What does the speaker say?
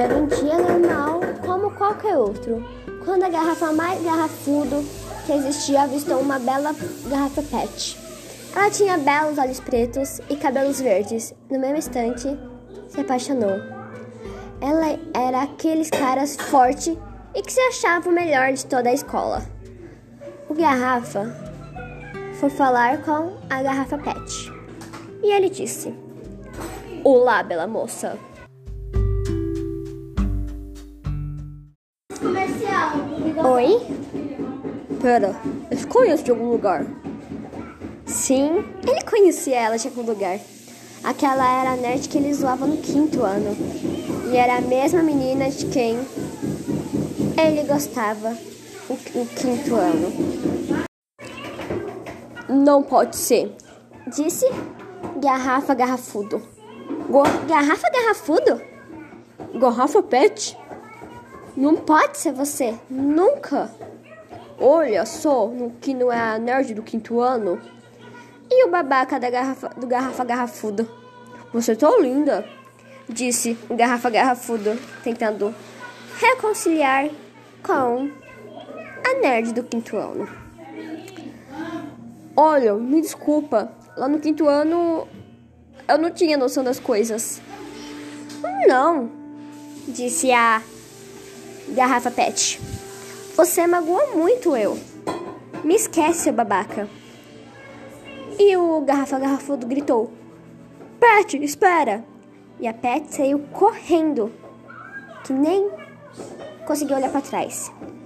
Era um dia normal, como qualquer outro, quando a garrafa mais garrafudo que existia avistou uma bela garrafa PET. Ela tinha belos olhos pretos e cabelos verdes. No mesmo instante, se apaixonou. Ela era aqueles caras forte e que se achava o melhor de toda a escola. O garrafa foi falar com a garrafa PET e ele disse: "Olá, bela moça." Oi? Pera, eu te conheço de algum lugar. Sim, ele conhecia ela de algum lugar. Aquela era a nerd que ele zoava no 5º ano. E era a mesma menina de quem ele gostava no 5º ano. Não pode ser, disse Garrafa Garrafudo. Garrafa Garrafudo? Garrafa PET? Não pode ser você, nunca. Olha só, que não é a nerd do 5º ano. E o babaca do Garrafa Garrafudo. Você tá linda, disse o Garrafa Garrafudo, tentando reconciliar com a nerd do 5º ano. Olha, me desculpa, lá no 5º ano eu não tinha noção das coisas. Não, disse a Garrafa PET. Você magoou muito eu. Me esquece, seu babaca. E o Garrafa Garrafudo gritou: "PET, espera!" E a PET saiu correndo, que nem conseguiu olhar para trás.